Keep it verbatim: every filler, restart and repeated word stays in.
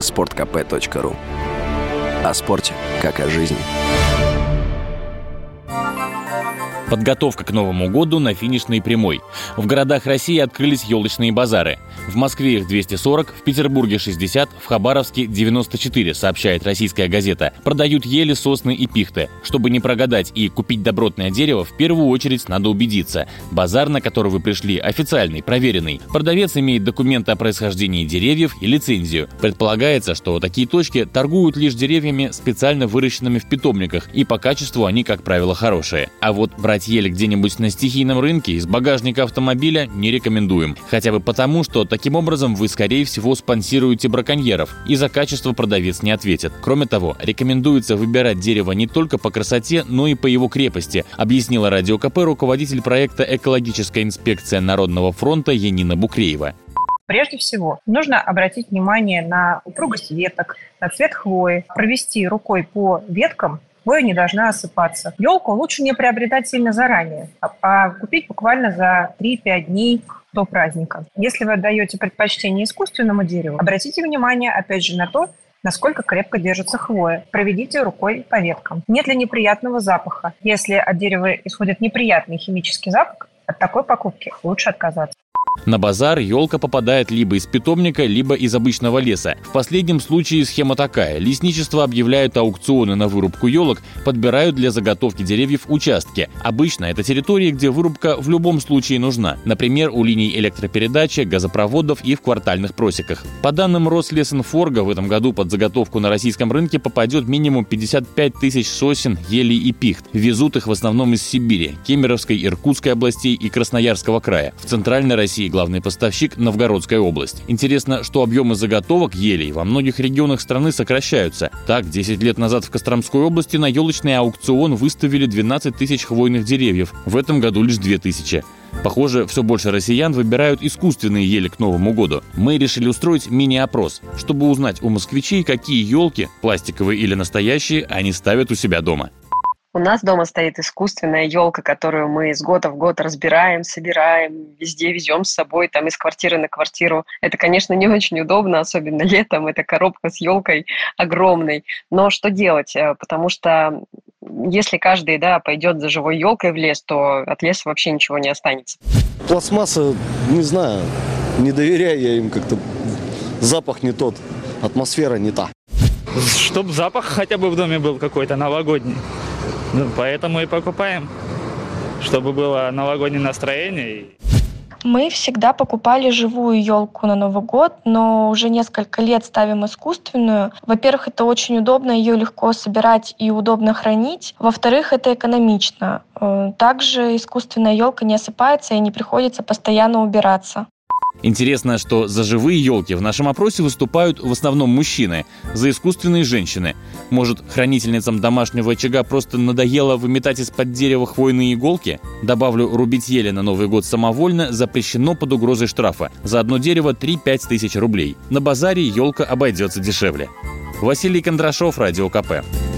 спорт кэ пэ точка ру. О спорте, как о жизни. Подготовка к Новому году на финишной прямой. В городах России открылись елочные базары. В Москве их двести сорок, в Петербурге шестьдесят, в Хабаровске девяносто четыре, сообщает «Российская газета». Продают ели, сосны и пихты. Чтобы не прогадать и купить добротное дерево, в первую очередь надо убедиться. Базар, на который вы пришли, официальный, проверенный. Продавец имеет документы о происхождении деревьев и лицензию. Предполагается, что такие точки торгуют лишь деревьями, специально выращенными в питомниках, и по качеству они, как правило, хорошие. А вот брать ели где-нибудь на стихийном рынке из багажника автомобиля не рекомендуем. Хотя бы потому, что таким образом вы, скорее всего, спонсируете браконьеров, и за качество продавец не ответит. Кроме того, рекомендуется выбирать дерево не только по красоте, но и по его крепости, объяснила Радио ка пэ руководитель проекта «Экологическая инспекция Народного фронта» Янина Букреева. Прежде всего, нужно обратить внимание на упругость веток, на цвет хвои, провести рукой по веткам. Хвоя не должна осыпаться. Елку лучше не приобретать сильно заранее, а купить буквально за три-пять дней до праздника. Если вы отдаете предпочтение искусственному дереву, обратите внимание, опять же, на то, насколько крепко держится хвоя. Проведите рукой по веткам. Нет ли неприятного запаха? Если от дерева исходит неприятный химический запах, от такой покупки лучше отказаться. На базар елка попадает либо из питомника, либо из обычного леса. В последнем случае схема такая. Лесничество объявляют аукционы на вырубку елок, подбирают для заготовки деревьев участки. Обычно это территории, где вырубка в любом случае нужна. Например, у линий электропередачи, газопроводов и в квартальных просеках. По данным Рослесинфорга, в этом году под заготовку на российском рынке попадет минимум пятьдесят пять тысяч сосен, елей и пихт. Везут их в основном из Сибири, Кемеровской, Иркутской областей и Красноярского края. В Центральной России главный поставщик – Новгородская область. Интересно, что объемы заготовок елей во многих регионах страны сокращаются. Так, десять лет назад в Костромской области на елочный аукцион выставили двенадцать тысяч хвойных деревьев. В этом году лишь две тысячи. Похоже, все больше россиян выбирают искусственные ели к Новому году. Мы решили устроить мини-опрос, чтобы узнать у москвичей, какие елки, пластиковые или настоящие, они ставят у себя дома. У нас дома стоит искусственная елка, которую мы из года в год разбираем, собираем, везде везем с собой, там из квартиры на квартиру. Это, конечно, не очень удобно, особенно летом. Это коробка с елкой огромной. Но что делать? Потому что если каждый, да, пойдет за живой елкой в лес, то от леса вообще ничего не останется. Пластмасса, не знаю, не доверяю я им как-то. Запах не тот, атмосфера не та. Чтоб запах хотя бы в доме был какой-то новогодний. Ну, поэтому и покупаем, чтобы было новогоднее настроение. Мы всегда покупали живую елку на Новый год, но уже несколько лет ставим искусственную. Во-первых, это очень удобно, ее легко собирать и удобно хранить. Во-вторых, это экономично. Также искусственная елка не осыпается и не приходится постоянно убираться. Интересно, что за живые елки в нашем опросе выступают в основном мужчины, за искусственные – женщины. Может, хранительницам домашнего очага просто надоело выметать из-под дерева хвойные иголки? Добавлю, рубить ели на Новый год самовольно запрещено под угрозой штрафа. За одно дерево три-пять тысяч рублей. На базаре елка обойдется дешевле. Василий Кондрашов, Радио ка пэ.